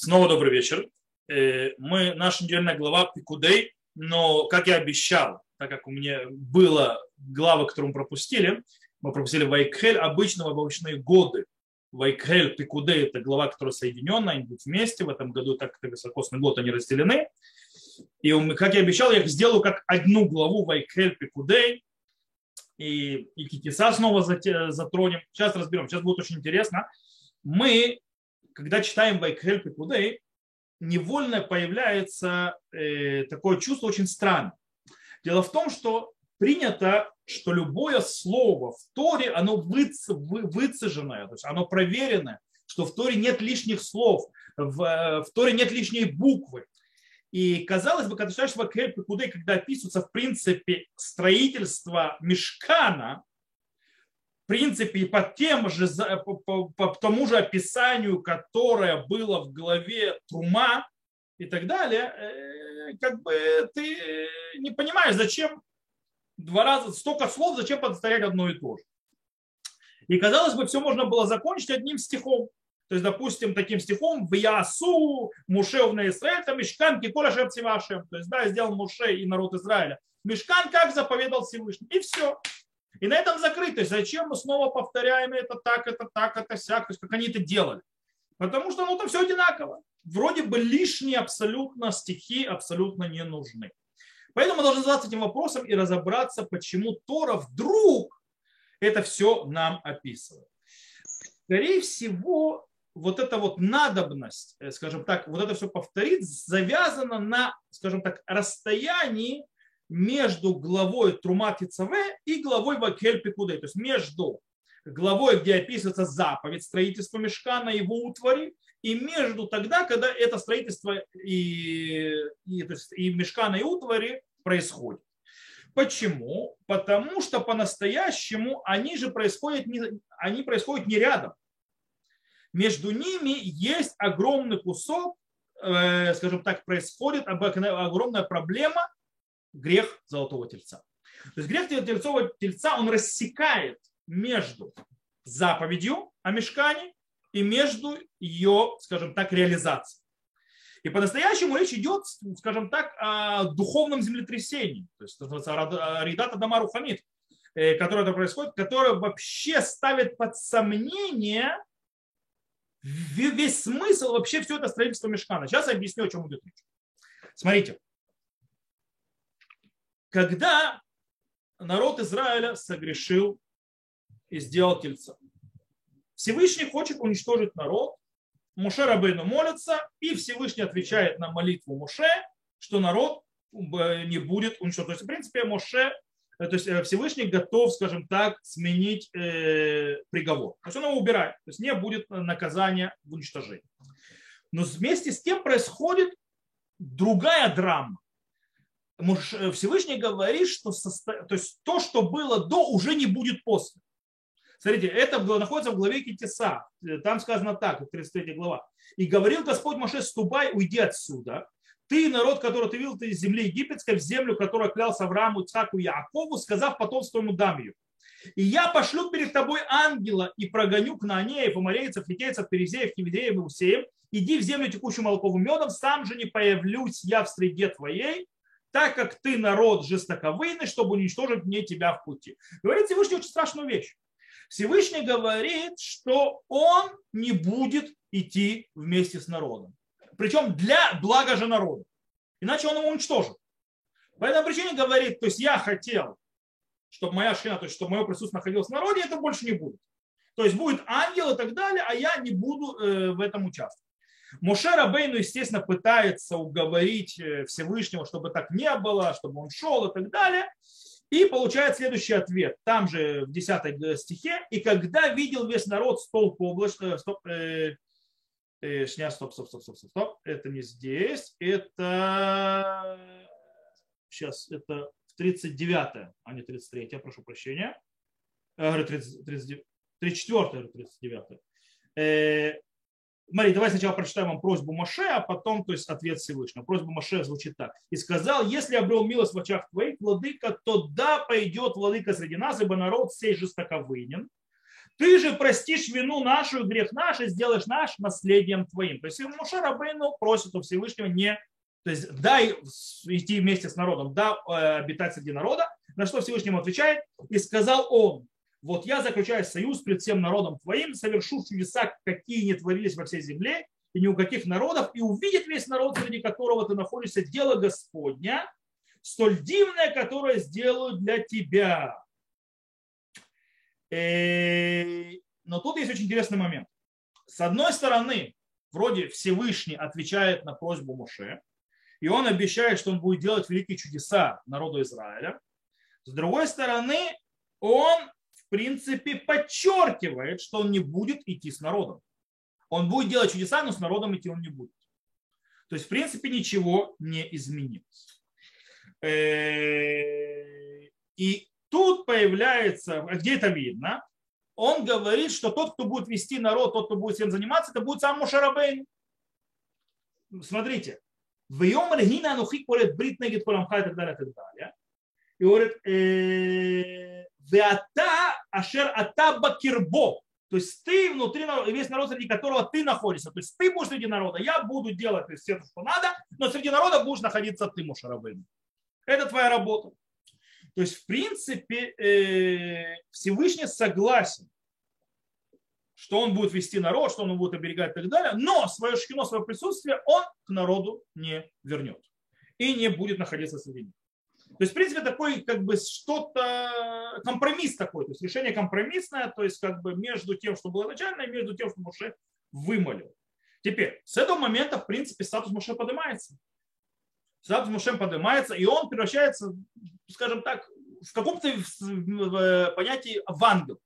Снова добрый вечер. Наша недельная глава Пикудей, но, как я обещал, так как у меня была глава, которую мы пропустили Вайкхель, обычно в обычные годы. Вайкхель, Пикудей – это глава, которая соединена, они будут вместе. В этом году, так как високосный год, они разделены. И, как я обещал, я их сделаю как одну главу Вайкхель, Пикудей. И Китиса снова затронем. Сейчас разберем, сейчас будет очень интересно. Мы, когда читаем Вайкхель, Пикудей, невольно появляется такое чувство очень странное. Дело в том, что принято, что любое слово в Торе, оно выцеженное, то есть оно проверенное, что в Торе нет лишних слов, в Торе нет лишней буквы. И казалось бы, когда читаешь Вайкхель, Пикудей, когда описывается в принципе строительство мишкана, в принципе, по тому же описанию, которое было в главе Трума и так далее, как бы ты не понимаешь, зачем два раза столько слов, зачем повторять одно и то же. И, казалось бы, все можно было закончить одним стихом. То есть, допустим, таким стихом в Ясу, Муше на Израиль, там Мишкан, Киколя Шем Сивашем. То есть, да, сделал Муше и народ Израиля. Мишкан, как заповедал Всевышний. И все. И на этом закрыть. То есть зачем мы снова повторяем это так, это сяк, то есть как они это делали. Потому что там все одинаково. Вроде бы лишние абсолютно стихи абсолютно не нужны. Поэтому мы должны задаться этим вопросом и разобраться, почему Тора вдруг это все нам описывает. Скорее всего, вот эта вот надобность, скажем так, вот это все повторить, завязано на, скажем так, расстоянии между главой Трумат Ицаве и главой Вайкхель Пикудей. То есть между главой, где описывается заповедь строительства мишкана, его утвари, и между тогда, когда это строительство то есть и мишкана, и утвари происходит. Почему? Потому что по-настоящему они происходят не рядом. Между ними есть огромный кусок, скажем так, происходит огромная проблема, грех золотого тельца. То есть грех золотого тельца, он рассекает между заповедью о мишкане и между ее, скажем так, реализацией. И по-настоящему речь идет, скажем так, о духовном землетрясении. То есть Ридат Адама Руханит, которое это происходит, которое вообще ставит под сомнение весь смысл, вообще все это строительство мишкана. Сейчас я объясню, о чем идет речь. Смотрите. Когда народ Израиля согрешил и сделал тельца, Всевышний хочет уничтожить народ, Моше Рабейну молится, и Всевышний отвечает на молитву Моше, что народ не будет уничтожен. То есть, в принципе, Всевышний готов, скажем так, сменить приговор. То есть он его убирает, то есть не будет наказания в уничтожении. Но вместе с тем происходит другая драма. Всевышний говорит, что то есть то, что было до, уже не будет после. Смотрите, это находится в главе Китиса. Там сказано так, 33 глава. «И говорил Господь Моше: ступай, уйди отсюда. Ты, народ, который ты видел из земли египетской, в землю, которую клялся Аврааму, Ицхаку и Яакову, сказав потомству ему дам ее. И я пошлю перед тобой ангела и прогоню кнаанеев, аморейцев, хиттейцев, перезеев, хивидеев и усеев. Иди в землю, текущую молоковым медом, сам же не появлюсь я в среде твоей, так как ты народ жестоковыйный, чтобы уничтожить мне тебя в пути». Говорит Всевышний очень страшную вещь. Всевышний говорит, что он не будет идти вместе с народом. Причем для блага же народа. Иначе он его уничтожит. По этой причине говорит, то есть я хотел, чтобы моя шхина, то есть чтобы мое присутствие находилось в народе, это больше не будет. То есть будет ангел и так далее, а я не буду в этом участвовать. Моше Рабейну, естественно, пытается уговорить Всевышнего, чтобы так не было, чтобы он шел и так далее. И получает следующий ответ. Там же в 10 стихе. «И когда видел весь народ столб облачный...» Стоп. Это не здесь. Это... Сейчас, это 39, а не 33. Я прошу прощения. 34, 39. Смотри, давай сначала прочитаем вам просьбу Моше, а потом, то есть, ответ Всевышнего. Просьба Моше звучит так. «И сказал: если обрел милость в очах твоих, владыка, то да, пойдет владыка среди нас, ибо народ сей жестоковынен. ты же простишь вину нашу и грех наш и сделаешь наш наследием твоим. То есть Моше Рабейну просит у Всевышнего не, то есть дай идти вместе с народом, да, обитать среди народа, на что Всевышний ему отвечает, и сказал он, вот я заключаю союз пред всем народом твоим, совершу чудеса, какие не творились во всей земле, и ни у каких народов, и увидит весь народ, среди которого ты находишься, дело Господня, столь дивное, которое сделаю для тебя. Но тут есть очень интересный момент. С одной стороны, вроде Всевышний отвечает на просьбу Моше, и он обещает, что он будет делать великие чудеса народу Израиля. С другой стороны, он, в принципе, подчеркивает, что он не будет идти с народом. Он будет делать чудеса, но с народом идти он не будет. То есть, в принципе, ничего не изменилось. И тут появляется, где это видно, он говорит, что тот, кто будет вести народ, тот, кто будет всем заниматься, это будет сам Моше Рабейну. Смотрите. В йом регина анухи колет брит негет коламха и так далее, и так далее. И говорит, веата ашер ата бакирбо. То есть ты внутри, весь народ, среди которого ты находишься. То есть ты будешь среди народа, я буду делать все, что надо, но среди народа будешь находиться ты, Моше Рабейну. Это твоя работа. То есть, в принципе, Всевышний согласен, что он будет вести народ, что он будет оберегать и так далее, но свое шхино, свое присутствие он к народу не вернет и не будет находиться среди них. То есть, в принципе, такой как бы что-то, компромисс такой, то есть решение компромиссное, то есть как бы между тем, что было изначально, и между тем, что Моше вымолил. Теперь, с этого момента, в принципе, статус Моше поднимается. Статус Моше поднимается, и он превращается, скажем так, в каком-то понятии в ангел.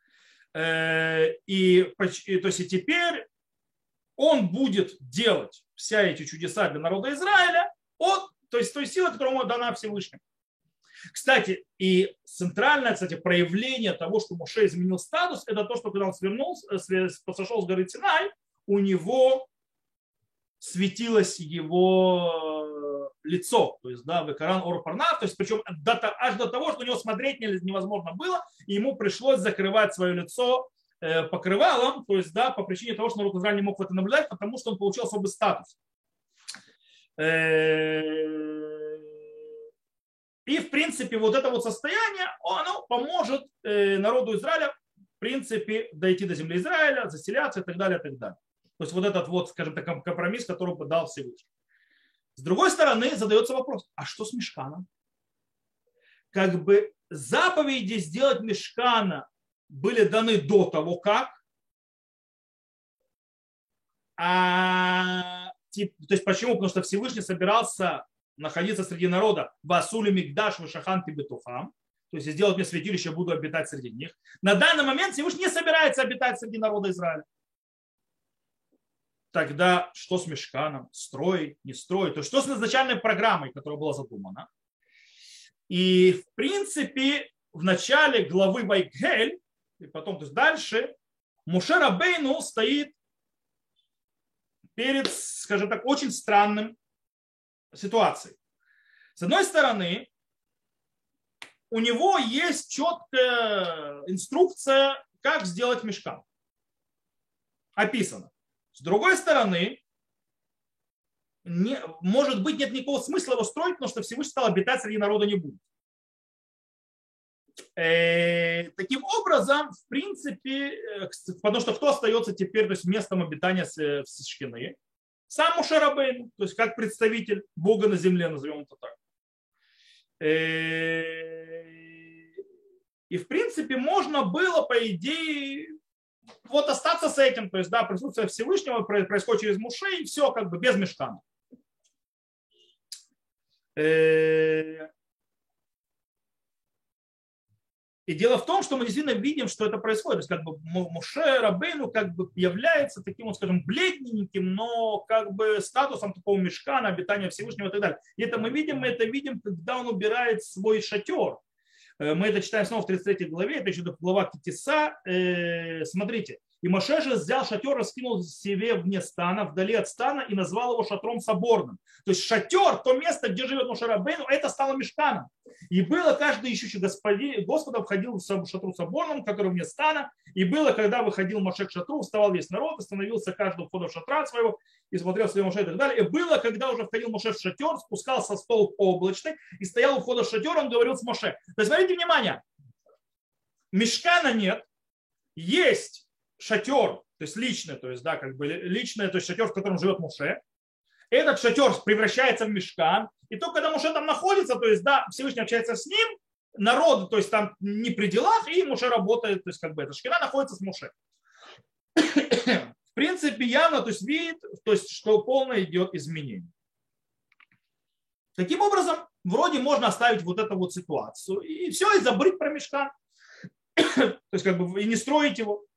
И то есть и теперь он будет делать все эти чудеса для народа Израиля от то есть той силы, которая ему дана Всевышним. Кстати, и центральное, кстати, проявление того, что Моше изменил статус, это то, что когда он сошел с горы Синай, у него светилось его лицо, то есть, да, векаран ор парнав, то есть, причем аж до того, что у него смотреть невозможно было, и ему пришлось закрывать свое лицо покрывалом, то есть, да, по причине того, что народ Израиля не мог это наблюдать, потому что он получил особый статус. И, в принципе, вот это вот состояние, оно поможет народу Израиля, в принципе, дойти до земли Израиля, заселяться и так далее, и так далее. То есть вот этот вот, скажем так, компромисс, который дал Всевышний. С другой стороны, задается вопрос, а что с мишканом? Как бы заповеди сделать мишкана были даны до того, как, то есть почему? Потому что Всевышний собирался находиться среди народа Васули Мигдаш Вашаханти Бетухам, то есть сделать мне святилище, буду обитать среди них. На данный момент Всевышний не собирается обитать среди народа Израиля. Тогда что с мишканом? Строить, не строить? То есть что с изначальной программой, которая была задумана? И в принципе в начале главы Вайкхель, и потом то есть дальше, Моше Рабейну стоит перед, скажем так, очень странным ситуацией. С одной стороны, у него есть четкая инструкция, как сделать мишкан. Описано. С другой стороны, может быть, нет никакого смысла его строить, потому что Всевышний стал обитать среди народа не будет. Таким образом, в принципе, потому что кто остается теперь, то есть местом обитания Шхины? Сам Моше Рабейну, то есть как представитель Бога на земле, назовем это так. И в принципе можно было, по идее, вот остаться с этим, то есть да, присутствие Всевышнего происходит через Моше и все как бы без мишкана. И дело в том, что мы действительно видим, что это происходит. То есть как бы Моше Рабейну как бы является таким, вот, скажем, бледненьким, но как бы статусом такого мишкана, обитания Всевышнего и так далее. И это мы это видим, когда он убирает свой шатер. Мы это читаем снова в 33 главе, это еще глава Китиса. Смотрите. И Моше же взял шатер, раскинул себе вне стана, вдали от стана, и назвал его шатром соборным. То есть шатер, то место, где живет Моше Рабейну, это стало мишканом. И было каждый ищущий Господа входил в шатру соборному, который вне стана. И было, когда выходил Моше к шатру, вставал весь народ, остановился каждый у входа в шатра своего и смотрел своего Моше и так далее. И было, когда уже входил Моше в шатер, спускался столб облачный и стоял у входа в шатер, он говорил с Моше. То есть, смотрите, внимание, мишкана нет, есть шатер, то есть личный, то есть, да, как бы личный, то есть шатер, в котором живет Моше. Этот шатер превращается в мишкан, и только когда Моше там находится, то есть, да, Всевышний общается с ним, народ, то есть там не при делах, и Моше работает, то есть, как бы эта шкина находится с Моше. В принципе, явно, то есть, видит, то есть, что полное идет изменение. Таким образом, вроде можно оставить вот эту вот ситуацию, и все, и забыть про мишкан. То есть, как бы, и не строить его.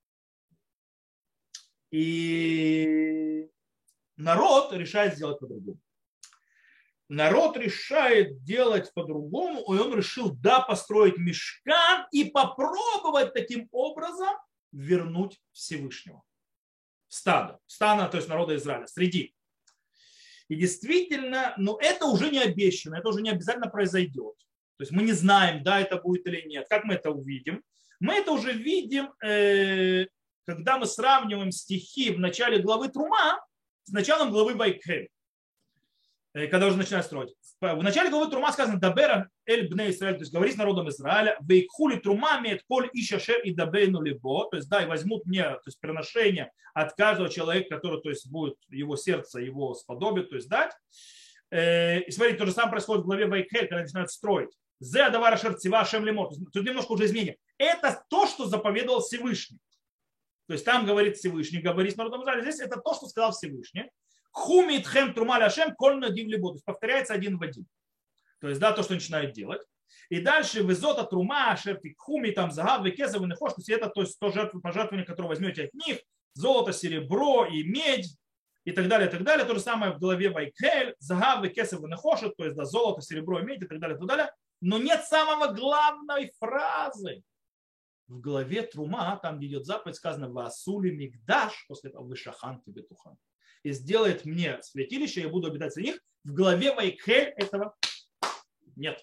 И народ решает сделать по-другому. Народ решает делать по-другому, и он решил, да, построить мишкан и попробовать таким образом вернуть Всевышнего. Стадо, то есть народа Израиля, среди. И действительно, но это уже не обещано, это уже не обязательно произойдет. То есть мы не знаем, да, это будет или нет. Как мы это увидим? Мы это уже видим, когда мы сравниваем стихи в начале главы Трума с началом главы Вайкхель, когда уже начинают строить. В начале главы Трума сказано «Дабер эль бне Исраэль», то есть говори с народом Израиля, «Вейкхули Трума меет коль ишашер и дабейну либо», то есть да, и возьмут мне, то есть приношение от каждого человека, который, то есть будет его сердце, его сподобит, то есть дать. И смотрите, то же самое происходит в главе Вайкхель, когда начинают строить. «Зе адавара шерцева шем лимор». Тут немножко уже изменение. Это то, что заповедовал Всевышний. То есть там говорит Всевышний, говорит с народом Израиля. Здесь это то, что сказал Всевышний. Хумит хэм трумаль ашем коль надив либо. То есть повторяется один в один. То есть да, то, что начинают делать. И дальше везота трума ашерти хуми там загав векезов и нехош. То есть это то пожертвование, которое возьмете от них. Золото, серебро и медь. И так далее, и так далее. То же самое в главе Вайкхель. Загав векезов и нехош. То есть да, золото, серебро и медь и так далее, и так далее. Но нет самого главной фразы. В главе Трума, там, где идет заповедь, сказано «Васули мигдаш», после этого «Вышахан тебе тухан». И сделает мне святилище, я буду обитать среди них. В главе Вайкхель этого нет.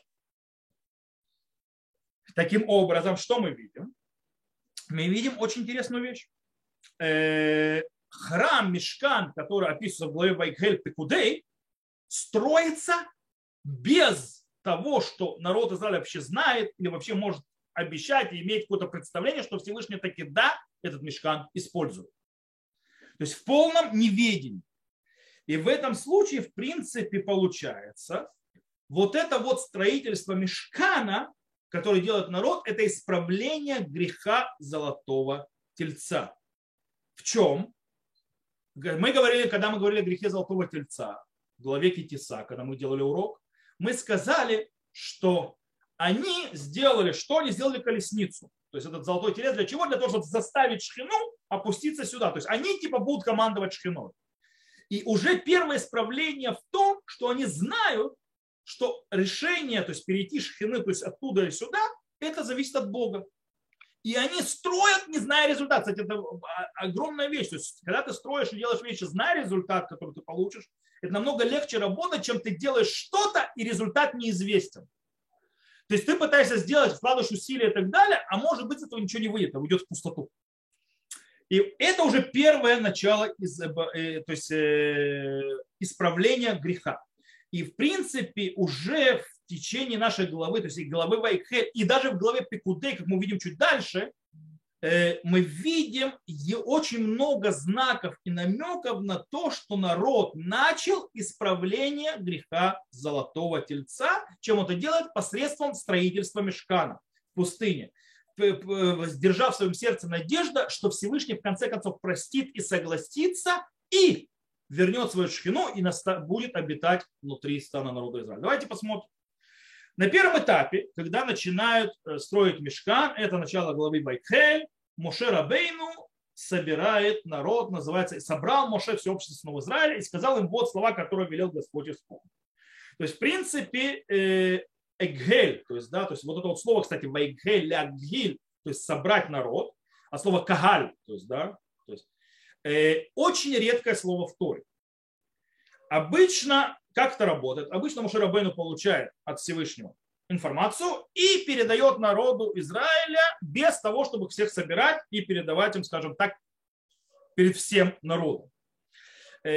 Таким образом, что мы видим? Мы видим очень интересную вещь. Храм Мишкан, который описывается в главе Вайкхель Пекудей, строится без того, что народ Израиля вообще знает или вообще может обещать и иметь какое-то представление, что Всевышний таки да, этот мишкан использует. То есть в полном неведении. И в этом случае, в принципе, получается, вот это вот строительство мишкана, которое делает народ, это исправление греха золотого тельца. В чем? Мы говорили, когда мы говорили о грехе золотого тельца, в главе Китиса, когда мы делали урок, мы сказали, что они сделали, что они сделали колесницу. То есть этот золотой телец для чего? Для того, чтобы заставить шхину опуститься сюда. То есть они типа будут командовать шхиной. И уже первое исправление в том, что они знают, что решение, то есть перейти шхины, то есть оттуда или сюда, это зависит от Бога. И они строят, не зная результат. Кстати, это огромная вещь. То есть, когда ты строишь и делаешь вещи, зная результат, который ты получишь, это намного легче работать, чем ты делаешь что-то, и результат неизвестен. То есть ты пытаешься сделать, вкладываешь усилия и так далее, а может быть, этого ничего не выйдет, а уйдет в пустоту. И это уже первое начало то есть, исправления греха. И в принципе уже в течение нашей главы, то есть и главы Вайкхель, и даже в главе Пекудей, как мы увидим чуть дальше, мы видим очень много знаков и намеков на то, что народ начал исправление греха золотого тельца, чем он это делает посредством строительства мишкана в пустыне, держа в своем сердце надежда, что Всевышний в конце концов простит и согласится и вернет свою шхину и будет обитать внутри стана народа Израиля. Давайте посмотрим. На первом этапе, когда начинают строить мишкан, это начало главы Вайкхель, Моше Рабейну собирает народ, называется, собрал Моше все общество Израиля и сказал им вот слова, которые велел Господь исполнить. То есть, в принципе, эггель, то есть, да, то есть вот это вот слово, кстати, вайггель, ляггиль, то есть собрать народ, а слово кагаль, то есть, да, Очень редкое слово в Торе. Обычно, как это работает? Обычно Моше Рабейну получает от Всевышнего информацию и передает народу Израиля без того, чтобы всех собирать и передавать им, скажем так, перед всем народом. То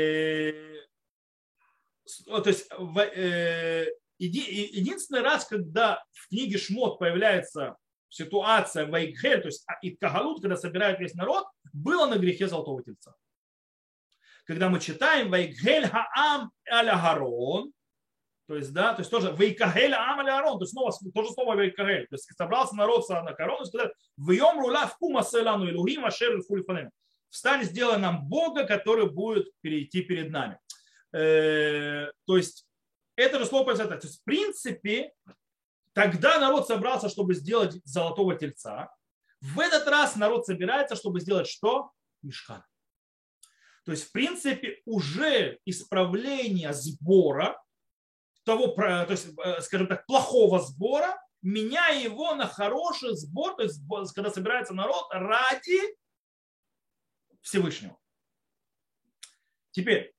есть единственный раз, когда в книге Шмот появляется ситуация Вайкхель, то есть Иткагалут, когда собирают весь народ, было на грехе Золотого Тельца. Когда мы читаем Вайкхель Хаам аля Гарон, то есть, да, то есть тоже Вайкхель Хаам аля Гарон, то есть снова то же слово Вайкхель, то есть собрался народ на корону и сказал: Вьем рула в кума селану илухим ашер фульфанем. Встань, сделай нам Бога, который будет перейти перед нами. То есть это же слово появляется. То есть в принципе тогда народ собрался, чтобы сделать Золотого Тельца. В этот раз народ собирается, чтобы сделать что? Мишкан. То есть, в принципе, уже исправление сбора, того, то есть, скажем так, плохого сбора, меняя его на хороший сбор, то есть, когда собирается народ ради Всевышнего. Теперь,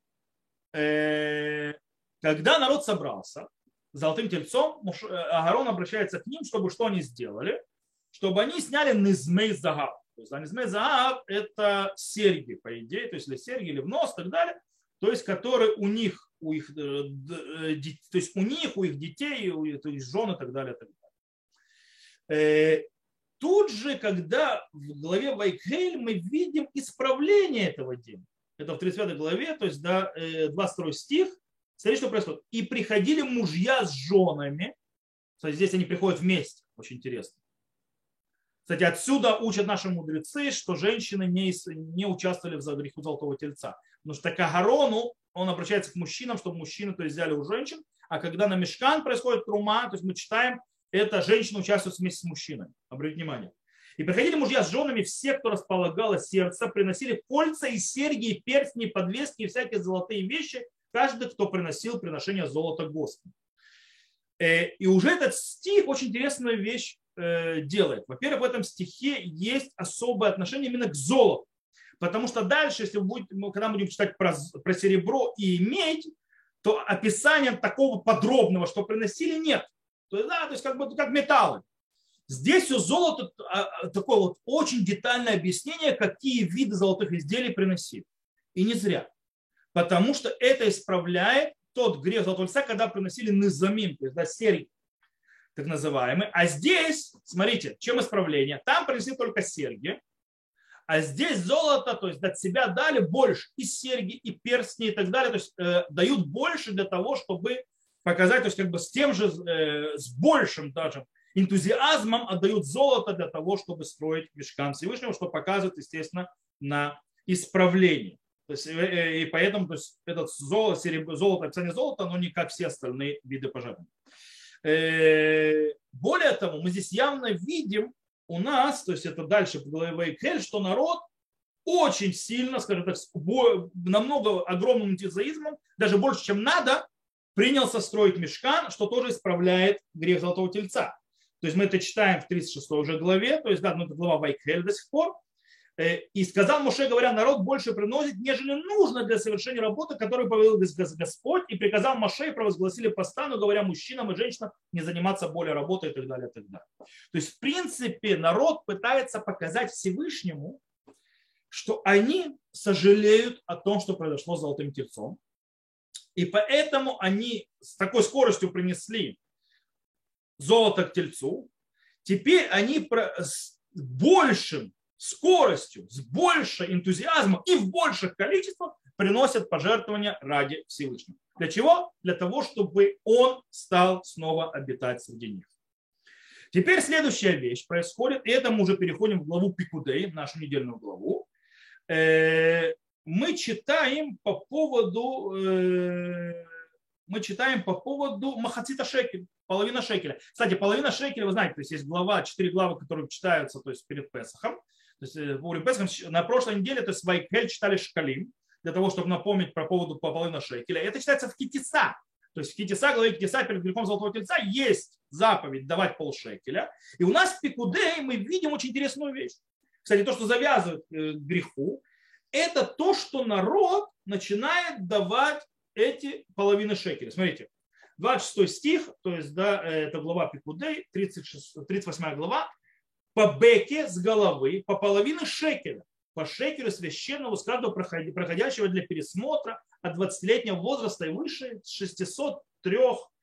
когда народ собрался, Золотым Тельцом, Аарон обращается к ним, чтобы что они сделали? Чтобы они сняли низмей загав. То есть низмей загав – это серьги, по идее, то есть или серьги, или в нос и так далее, то есть которые у них, у их детей, у их жен и так далее, и так далее. Тут же, когда в главе Вайкхель мы видим исправление этого дела. Это в 35 главе, то есть 22 стих. Смотрите, что происходит. И приходили мужья с женами. Кстати, здесь они приходят вместе. Очень интересно. Кстати, отсюда учат наши мудрецы, что женщины не участвовали в греху Золотого Тельца. Потому что к Агарону он обращается к мужчинам, чтобы мужчины то есть, взяли у женщин. А когда на Мишкан происходит трума, то есть мы читаем, это женщины участвуют вместе с мужчинами. Обратите внимание. И приходили мужья с женами, все, кто располагало сердце, приносили кольца и серьги, и перстни, и подвески, и всякие золотые вещи, каждый, кто приносил приношение золота Господу. И уже этот стих очень интересную вещь делает. Во-первых, в этом стихе есть особое отношение именно к золоту. Потому что дальше, если когда мы будем читать про серебро и медь, то описания такого подробного, что приносили, нет. То есть, да, то есть как металлы. Здесь у золота такое вот очень детальное объяснение, какие виды золотых изделий приносили. И не зря. Потому что это исправляет тот грех Золотого Тельца, когда приносили низамим, то есть да, серьги, так называемые. А здесь, смотрите, чем исправление? Там принесли только серьги, а здесь золото, то есть от себя дали больше. И серьги, и перстни, и так далее. То есть дают больше для того, чтобы показать, то есть как бы с тем же, с большим даже энтузиазмом отдают золото для того, чтобы строить мишкан Всевышнего, что показывает, естественно, на исправление. То есть, и поэтому то есть, этот золото, описание золота, оно не как все остальные виды пожертвований. Более того, мы здесь явно видим у нас, то есть это дальше в главе Вайкхель, что народ очень сильно, скажем так, намного огромным энтузиазмом, даже больше, чем надо, принялся строить мишкан, что тоже исправляет грех Золотого Тельца. То есть мы это читаем в 36 уже главе, то есть да, это глава Вайкхель до сих пор. И сказал Моше, говоря, народ больше приносит, нежели нужно для совершения работы, которую повелел Господь, и приказал Моше, и провозгласили по стану, говоря мужчинам и женщинам не заниматься более работой и так далее, и так далее. То есть, в принципе, народ пытается показать Всевышнему, что они сожалеют о том, что произошло с Золотым Тельцом, и поэтому они с такой скоростью принесли золото к Тельцу. Теперь они с большим скоростью, с большим энтузиазмом и в больших количествах приносят пожертвования ради Всевышнего. Для чего? Для того, чтобы он стал снова обитать среди них. Теперь следующая вещь происходит, и это мы уже переходим в главу Пикудей, нашу недельную главу. Мы читаем по поводу махацита шекеля, половина шекеля. Кстати, половина шекеля, вы знаете, то есть есть глава, 4 главы, которые читаются то есть перед Песахом. То есть на прошлой неделе, то есть Вайкхель читали шкалим, для того, чтобы напомнить про поводу половины шекеля. Это читается в Китиса. То есть в Китиса, главе Китиса перед грехом Золотого Тельца есть заповедь давать полшекеля. И у нас в Пикудей мы видим очень интересную вещь. Кстати, то, что завязывает к греху, это то, что народ начинает давать эти половины шекеля. Смотрите, 26 стих, то есть, да, это глава Пикудей, 38 глава, по беке с головы, по половине шекеля, по шекелю священного с каждого проходящего для пересмотра от 20-летнего возраста и выше 603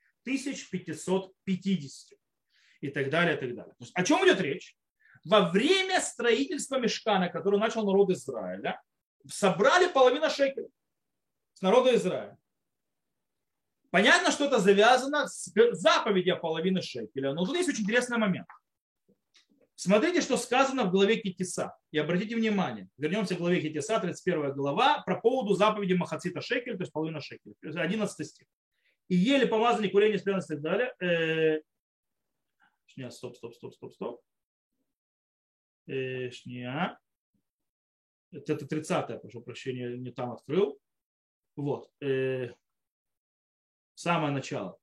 550 и так далее, и так далее. То есть, о чем идет речь? Во время строительства мишкана, который начал народ Израиля, собрали половину шекеля с народа Израиля. Понятно, что это завязано с заповедью половины шекеля, но тут есть очень интересный момент. Смотрите, что сказано в главе Китиса. И обратите внимание, вернемся к главе Китиса, 31 глава, про поводу заповеди Махацита шекеля, то есть половина шекеля, 11 стих. И ели помазание, курение, спрятанность и так далее. Стоп. Это 30-е, прошу прощения, не там открыл. Вот. Самое начало.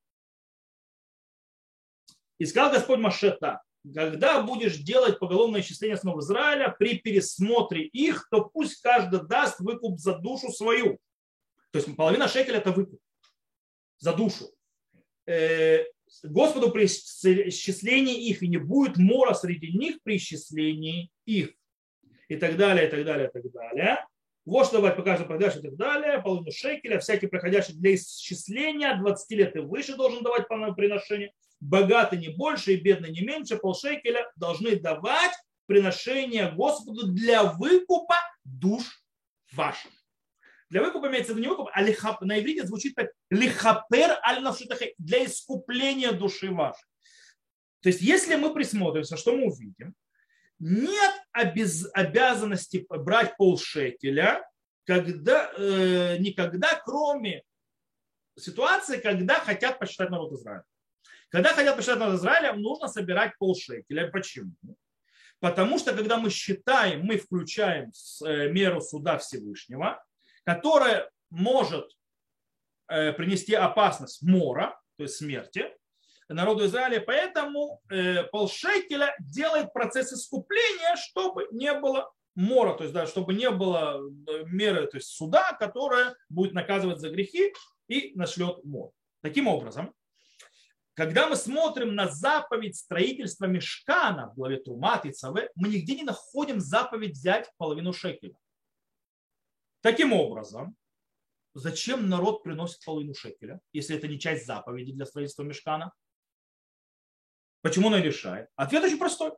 И сказал Господь Моше так: когда будешь делать поголовное исчисление сынов Израиля, при пересмотре их, то пусть каждый даст выкуп за душу свою. То есть половина шекеля – это выкуп за душу. Господу при исчислении их, и не будет мора среди них при исчислении их. И так далее, и так далее, и так далее. Вот что давать по каждому проходящему и так далее. Половину шекеля, всякий проходящий для исчисления 20 лет и выше должен давать по приношению. Богатый не больше и бедный не меньше, полшекеля должны давать приношение Господу для выкупа душ ваших. Для выкупа имеется в виду не выкуп, а на иврите звучит так: лихапер аль навшитахе, для искупления души вашей. То есть, если мы присмотримся, что мы увидим? Нет обязанности брать полшекеля никогда, кроме ситуации, когда хотят посчитать народ Израиля. Когда хотят посчитать народ Израиля, нужно собирать полшекеля. Почему? Потому что, когда мы считаем, мы включаем меру суда Всевышнего, которая может принести опасность мора, то есть смерти, народу Израиля. Поэтому полшекеля делает процесс искупления, чтобы не было мора, то есть, да, чтобы не было меры, то есть суда, которая будет наказывать за грехи и нашлет мор. Таким образом, когда мы смотрим на заповедь строительства мишкана в главе Трумат и Цаве, мы нигде не находим заповедь взять половину шекеля. Таким образом, зачем народ приносит половину шекеля, если это не часть заповеди для строительства мишкана? Почему он ее решает? Ответ очень простой.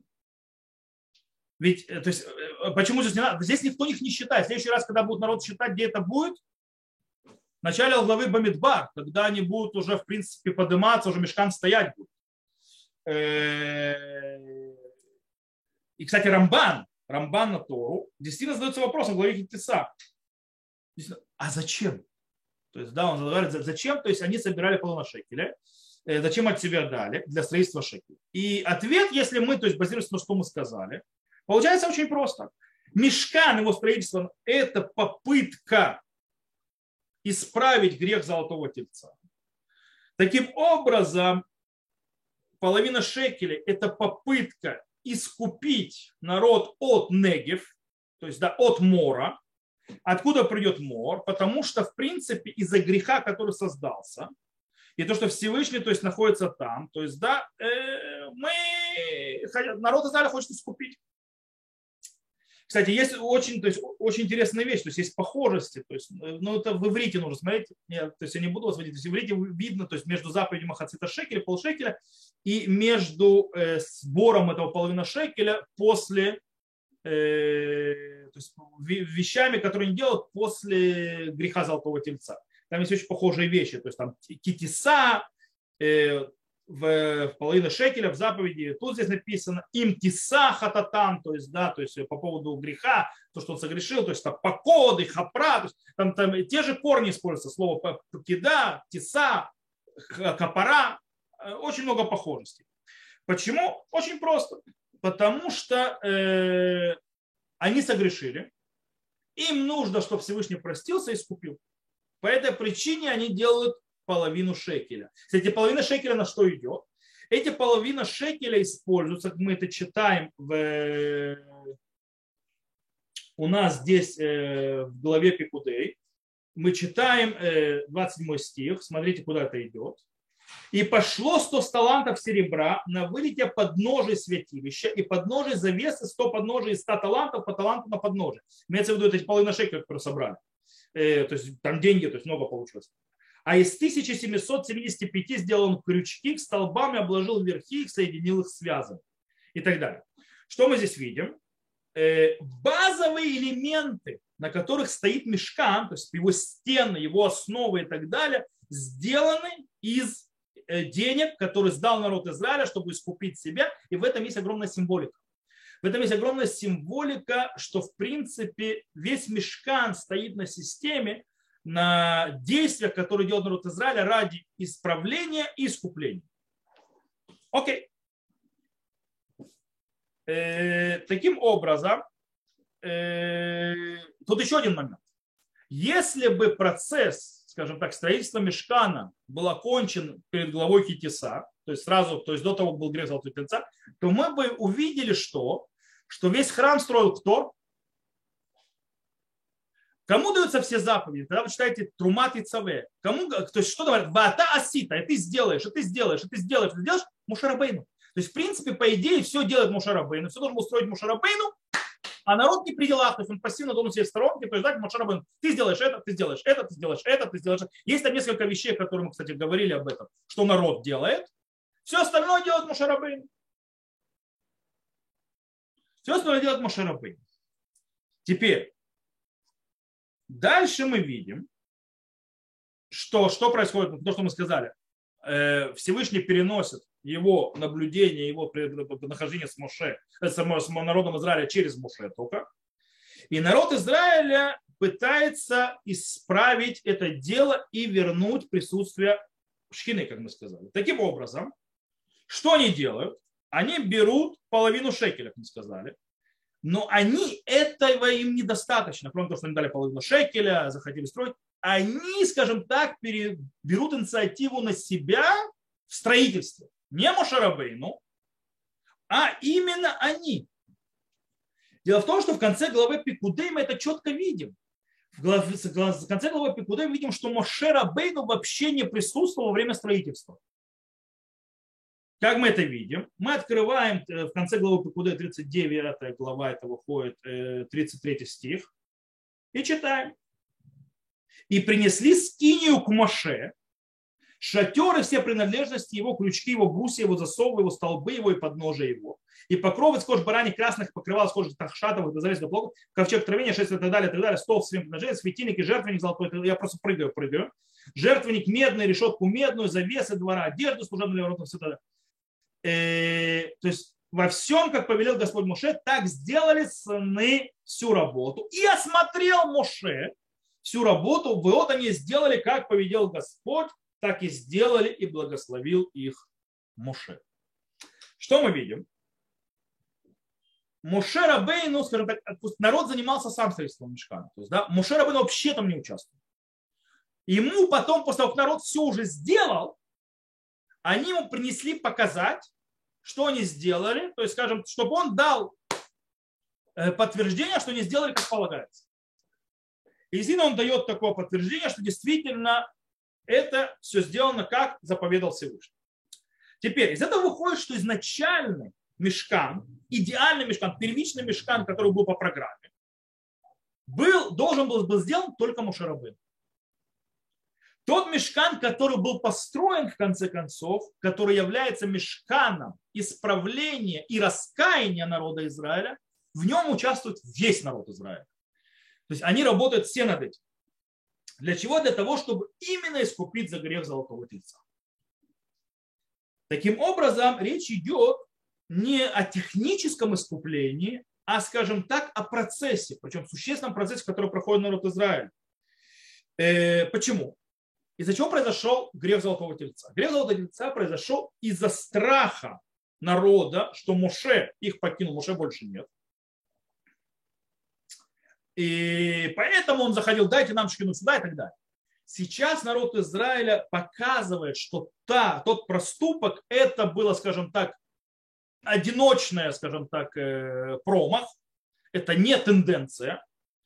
Ведь, то есть, почему здесь не надо? Здесь никто их не считает. В следующий раз, когда будет народ считать, где это будет, в начале главы Бамидбар, когда они будут уже, в принципе, подниматься, уже мишкан стоять будет. И, кстати, Рамбан на Тору действительно задается вопросом в главе Китиса. А зачем? То есть, да, он говорит, зачем? То есть, они собирали половину шекеля. Зачем от себя дали для строительства шекеля? И ответ, если мы, то есть, базируемся на что мы сказали, получается очень просто. Мишкан, его строительство, это попытка исправить грех золотого тельца. Таким образом, половина шекеля – это попытка искупить народ от негев, то есть, да, от мора. Откуда придет мор? Потому что, в принципе, из-за греха, который создался, и то, что Всевышний, то есть, находится там, то есть, да, народ Израиля хочет искупить. Кстати, есть очень интересная вещь, то есть есть похожести, то есть, ну, это в иврите нужно смотреть, то есть я не буду вас водить, то есть в иврите видно, то есть между заповедью Махацита шекеля, полшекеля, и между сбором этого половины шекеля после, то есть вещами, которые они делают после греха золотого тельца. Там есть очень похожие вещи, то есть там китиса, в половину шекеля в заповеди, тут здесь написано им тиса хататан, то есть, да, то есть по поводу греха, то, что он согрешил, то есть там покоды, хапра, то есть, там те же корни используются, слово кида, тиса, капара, очень много похожестей. Почему? Очень просто. Потому что они согрешили, им нужно, чтобы Всевышний простился и искупил. По этой причине они делают половину шекеля. Кстати, половина шекеля на что идет? Эти половина шекеля используются, как мы это читаем в у нас здесь в главе Пикудей. Мы читаем 27 стих, смотрите, куда это идет. «И пошло 100 талантов серебра на вылете подножия святилища и подножия завесы 100 подножий и 100 талантов по таланту на подножие». Имеется в виду эти половина шекелей, которые собрали. То есть там деньги, то есть много получилось. А из 1775 сделал он крючки к столбам и обложил верхи их, соединил их связами и так далее. Что мы здесь видим? Базовые элементы, на которых стоит мишкан, то есть его стены, его основы и так далее, сделаны из денег, которые сдал народ Израиля, чтобы искупить себя. И в этом есть огромная символика. В этом есть огромная символика, что в принципе весь мишкан стоит на системе, на действиях, которые делает народ Израиля ради исправления и искупления. Окей. Таким образом, тут еще один момент. Если бы процесс, скажем так, строительства мишкана был окончен перед главой Китиса, то есть сразу, то есть до того, как был грех Золотого Тельца, то мы бы увидели, что весь храм строил кто? Кому даются все заповеди? Когда вы читаете Трумат и Цаве, кому, то есть что говорят? Ваата асита, и ты сделаешь, и ты сделаешь, и ты сделаешь, и ты делаешь Моше Рабейну. То есть, в принципе, по идее, все делает Моше Рабейну, все должен был строить Моше Рабейну, а народ не при делах, то есть он пассивно должен сидеть в сторонке, то есть дать Моше Рабейну. Ты сделаешь это, ты сделаешь это, ты сделаешь это, ты сделаешь это. Есть там несколько вещей, которые мы, кстати, говорили об этом, что народ делает. Все остальное делает Моше Рабейну. Все остальное делает Моше Рабейну. Теперь, дальше мы видим, что происходит, то, что мы сказали. Всевышний переносит его наблюдение, его нахождение с Моше, с народом Израиля через Моше только. И народ Израиля пытается исправить это дело и вернуть присутствие шхины, как мы сказали. Таким образом, что они делают? Они берут половину шекеля, как мы сказали, но этого им недостаточно, кроме того, что они дали половину шекеля, захотели строить. Они, скажем так, берут инициативу на себя в строительстве. Не Моше Рабейну, а именно они. Дело в том, что в конце главы Пикудей мы это четко видим. В конце главы Пикудей мы видим, что Моше Рабейну вообще не присутствовал во время строительства. Как мы это видим? Мы открываем в конце главы Пикудей 39 глава, это выходит 33 стих, и читаем. И принесли скинию к Моше, шатер и все принадлежности его, крючки его, брусья его, засовы его, столбы его и подножия его. И покров из кож бараних красных покрывал с кожи тахшатов, завес до плотов, ковчег травения, 6 и так далее, стол с своим принадлежением, светильник и жертвенник золотой, я просто прыгаю. Жертвенник медный, решетку медную, завесы двора, одежду служебную для воротов, все это. То есть во всем, как повелел Господь Моше, так сделали сыны всю работу. И осмотрел Моше всю работу, вот они сделали, как повелел Господь, так и сделали, и благословил их Моше. Что мы видим? Моше Рабейну, скажем так, народ занимался сам строительством мишкана. То есть, да, Моше Рабейну вообще там не участвовал. Ему потом, после того, как народ все уже сделал, они ему принесли показать, что они сделали, то есть, скажем, чтобы он дал подтверждение, что они сделали, как полагается. И действительно он дает такое подтверждение, что действительно это все сделано, как заповедал Всевышний. Теперь из этого выходит, что изначальный мишкан, идеальный мишкан, первичный мишкан, который был по программе, должен был сделан только Моше Рабейну. Тот мишкан, который был построен в конце концов, который является мишканом исправления и раскаяния народа Израиля, в нем участвует весь народ Израиля. То есть они работают все над этим. Для чего? Для того, чтобы именно искупить за грех Золотого Тельца. Таким образом, речь идет не о техническом искуплении, а, скажем так, о процессе, причем существенном процессе, который проходит народ Израиля. Почему? Из-за чего произошел грех Золотого Тельца? Грех Золотого Тельца произошел из-за страха народа, что Моше их покинул, Моше больше нет. И поэтому он заходил, дайте нам шхину сюда и так далее. Сейчас народ Израиля показывает, что тот проступок, это было, скажем так, одиночное, скажем так, промах. Это не тенденция.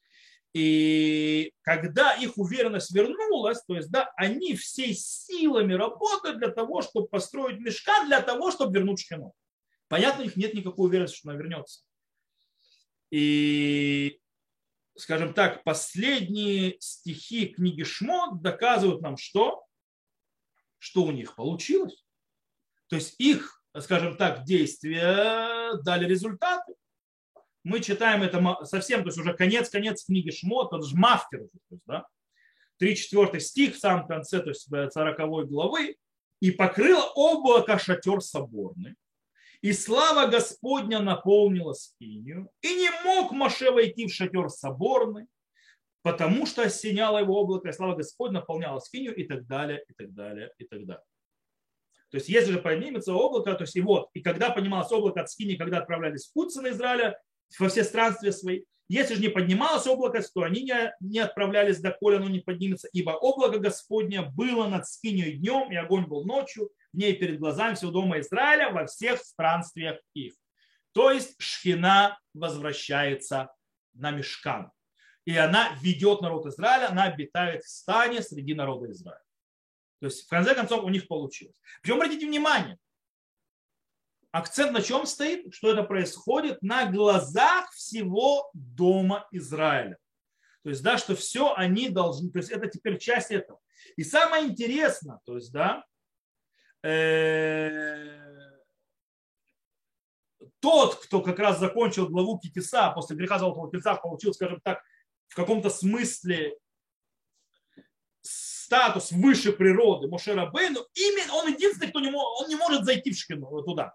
И когда их уверенность вернулась, то есть, да, они всей силами работают для того, чтобы построить мишкан, для того, чтобы вернуть шхину. Понятно, у них нет никакой уверенности, что она вернется. И, скажем так, последние стихи книги Шмот доказывают нам, что у них получилось. То есть их, скажем так, действия дали результаты. Мы читаем это совсем, то есть уже конец книги Шмот, это же мафтер. То есть, да? 3-4 стих в самом конце, то есть 40 главы. «И покрыло облако шатер соборный, и слава Господня наполнила скинию, и не мог Моше войти в шатер соборный, потому что осеняло его облако, и слава Господня наполняла скинию», и так далее, и так далее, и так далее. То есть если же поднимется облако, то есть и когда поднималось облако от скинии, когда отправлялись в путь сыны Израиля, во все странствия свои. Если же не поднималось облако, то они не отправлялись, доколе оно не поднимется, ибо облако Господне было над скинию днем, и огонь был ночью, в ней перед глазами всего дома Израиля во всех странствиях их. То есть шхина возвращается на мишкан. И она ведет народ Израиля, она обитает в стане среди народа Израиля. То есть в конце концов у них получилось. Причем обратите внимание, акцент на чем стоит? Что это происходит на глазах всего дома Израиля. То есть, да, что все они должны, то есть это теперь часть этого. И самое интересное, то есть, да, тот, кто как раз закончил главу Китиса, после греха Золотого Тельца получил, скажем так, в каком-то смысле статус выше природы Моше Рабейну, именно он единственный, кто не может зайти в шхину туда.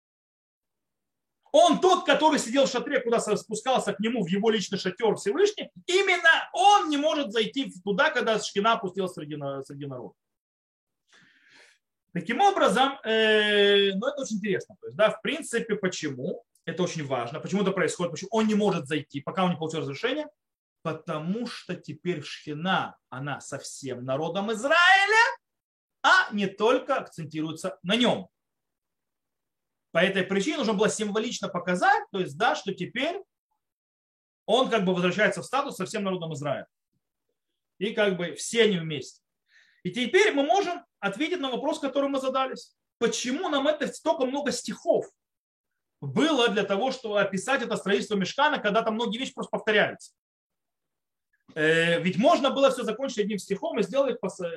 Он тот, который сидел в шатре, куда спускался к нему в его личный шатер Всевышний, именно он не может зайти туда, когда шхина опустилась среди народа. Таким образом, это очень интересно. То есть, да, в принципе, почему? Это очень важно. Почему это происходит? Почему он не может зайти, пока он не получил разрешение? Потому что теперь шхина, она со всем народом Израиля, а не только акцентируется на нем. По этой причине нужно было символично показать, то есть, да, что теперь он как бы возвращается в статус со всем народом Израиля. И как бы все они вместе. И теперь мы можем ответить на вопрос, который мы задались. Почему нам это столько много стихов было для того, чтобы описать это строительство мишкана, когда там многие вещи просто повторяются? Ведь можно было все закончить одним стихом и сделать,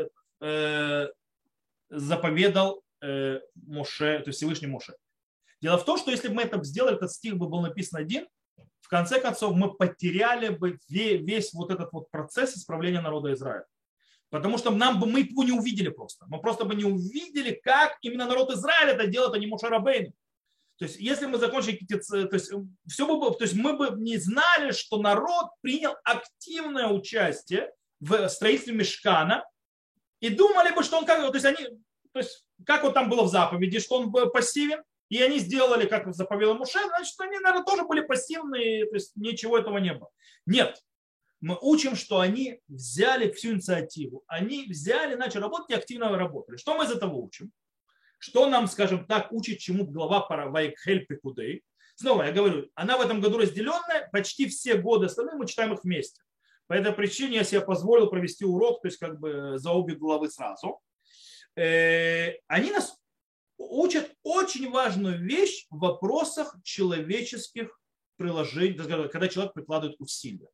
заповедал Моше, то есть Всевышний Моше. Дело в том, что если бы мы это сделали, этот стих бы был написан один, в конце концов мы потеряли бы весь вот этот вот процесс исправления народа Израиля. Потому что мы его не увидели просто. Мы просто бы не увидели, как именно народ Израиля это делает, а не Моше Рабейну. То есть если мы закончили, то есть, мы бы не знали, что народ принял активное участие в строительстве мишкана и думали бы, что он как, как вот там было в заповеди, что он был пассивен, и они сделали, как заповедал Моше, значит, они, наверное, тоже были пассивные, то есть ничего этого не было. Нет. Мы учим, что они взяли всю инициативу. Они взяли, начали работать и активно работали. Что мы из этого учим? Что нам, скажем так, учит чему глава про Вайкхель Пекудей? Снова я говорю, она в этом году разделенная, почти все годы остальные мы читаем их вместе. По этой причине я себе позволил провести урок, то есть как бы за обе главы сразу. Они нас учат очень важную вещь в вопросах человеческих приложений, когда человек прикладывает усилия.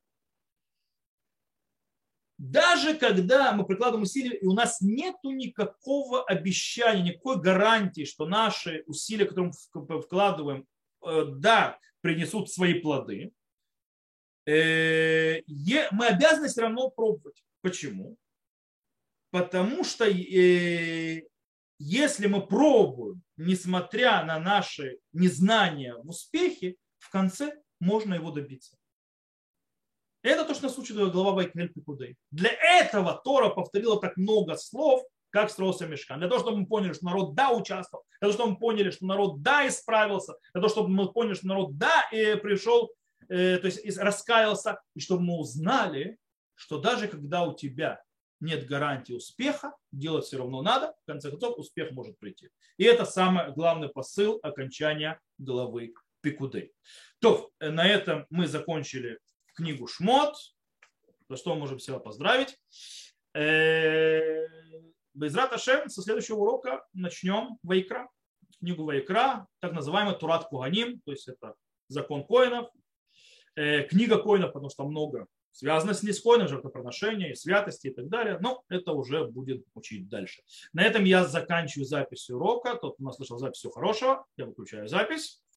Даже когда мы прикладываем усилия, и у нас нет никакого обещания, никакой гарантии, что наши усилия, которые мы вкладываем, да, принесут свои плоды, мы обязаны все равно пробовать. Почему? Потому что если мы пробуем, несмотря на наши незнания в успехе, в конце можно его добиться. Это то, что нас учит глава Вайкхель Пекудей. Для этого Тора повторила так много слов, как строился мишкан. Для того, чтобы мы поняли, что народ да участвовал, для того, чтобы мы поняли, что народ да исправился, для того, чтобы мы поняли, что народ да и пришел, то есть раскаялся, и чтобы мы узнали, что даже когда у тебя нет гарантии успеха, делать все равно надо, в конце концов успех может прийти. И это самый главный посыл окончания главы Пекудей. То, на этом мы закончили книгу Шмот, за что мы можем себя поздравить. Безрат Ашем, со следующего урока начнем Вайкра, книгу Вайкра, так называемый Турат Куганим, то есть это закон коинов, книга коинов, потому что много связано с ней, с коином, жертвоприношения, святости и так далее, но это уже будет учить дальше. На этом я заканчиваю запись урока. Тот, кто нас слышал запись, всего хорошего, я выключаю запись.